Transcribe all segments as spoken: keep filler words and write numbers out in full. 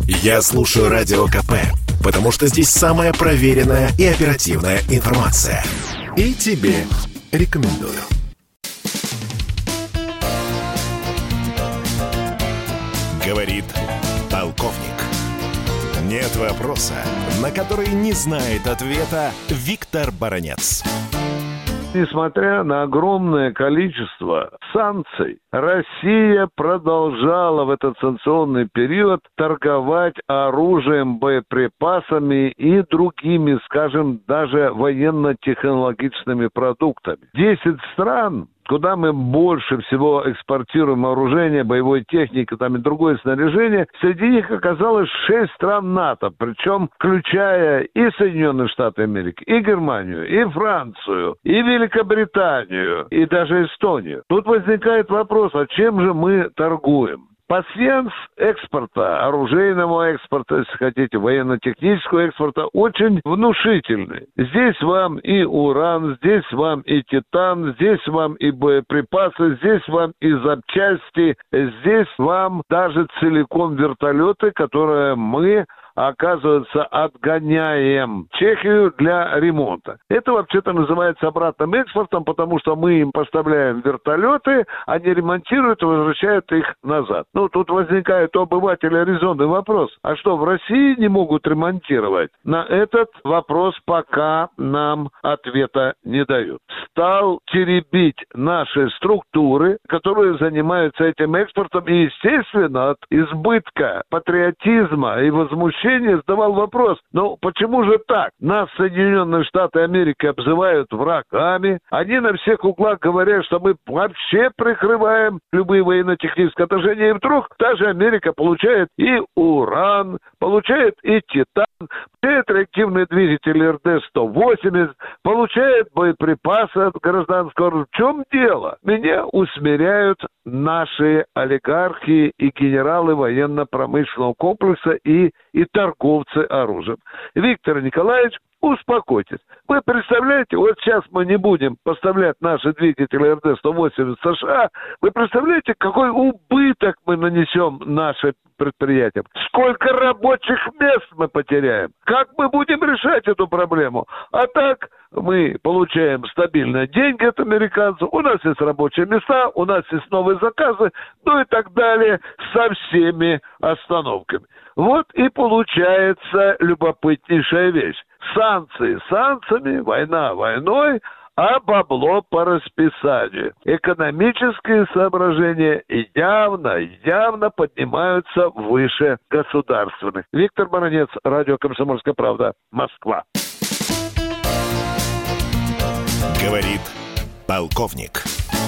Я слушаю Радио КП, потому что здесь самая проверенная и оперативная информация. И тебе рекомендую. Говорит полковник. Нет вопроса, на который не знает ответа Виктор Баранец. Несмотря на огромное количество санкций, Россия продолжала в этот санкционный период торговать оружием, боеприпасами и другими, скажем, даже военно-технологичными продуктами. Десять стран, куда мы больше всего экспортируем вооружение, боевой техники там и другое снаряжение, среди них оказалось шесть стран НАТО, причем включая и Соединенные Штаты Америки, и Германию, и Францию, и Великобританию, и даже Эстонию. Тут возникает вопрос, а чем же мы торгуем? Пассианс экспорта, оружейного экспорта, если хотите, военно-технического экспорта, очень внушительный. Здесь вам и уран, здесь вам и титан, здесь вам и боеприпасы, здесь вам и запчасти, здесь вам даже целиком вертолеты, которые мы, оказывается, отгоняем в Чехию для ремонта. Это вообще-то называется обратным экспортом, потому что мы им поставляем вертолеты, они ремонтируют и возвращают их назад. Ну, тут возникает у обывателя резонный вопрос. А что, в России не могут ремонтировать? На этот вопрос пока нам ответа не дают. Стал теребить наши структуры, которые занимаются этим экспортом, и, естественно, от избытка патриотизма и возмущения задавал вопрос, ну почему же так? Нас Соединенные Штаты Америки обзывают врагами, они на всех углах говорят, что мы вообще прикрываем любые военно-технические отношения, и вдруг та же Америка получает и уран, получает и титан, получает реактивные двигатели эр дэ сто восемьдесят, получает боеприпасы от гражданского оружия. В чем дело? Меня усмиряют наши олигархи и генералы военно-промышленного комплекса и, и торговцы оружием. Виктор Николаевич, успокойтесь. Вы представляете, вот сейчас мы не будем поставлять наши двигатели эр дэ сто восемьдесят в США. Вы представляете, какой убыток мы нанесем нашим предприятиям? Сколько рабочих мест мы потеряем? Как мы будем решать эту проблему? А так мы получаем стабильные деньги от американцев, у нас есть рабочие места, у нас есть новые заказы, ну и так далее, со всеми остановками. Вот и получается любопытнейшая вещь. Санкции санкциями, война войной, а бабло по расписанию. Экономические соображения явно, явно поднимаются выше государственных. Виктор Баранец, радио «Комсомольская правда», Москва. Говорит полковник.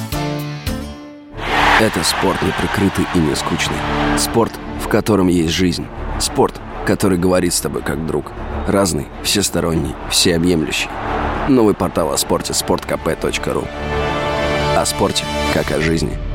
Это спорт неприкрытый и не скучный. Спорт, в котором есть жизнь. Спорт, который говорит с тобой как друг. Разный, всесторонний, всеобъемлющий. Новый портал о спорте – спорт кэ пэ точка ру. О спорте, как о жизни.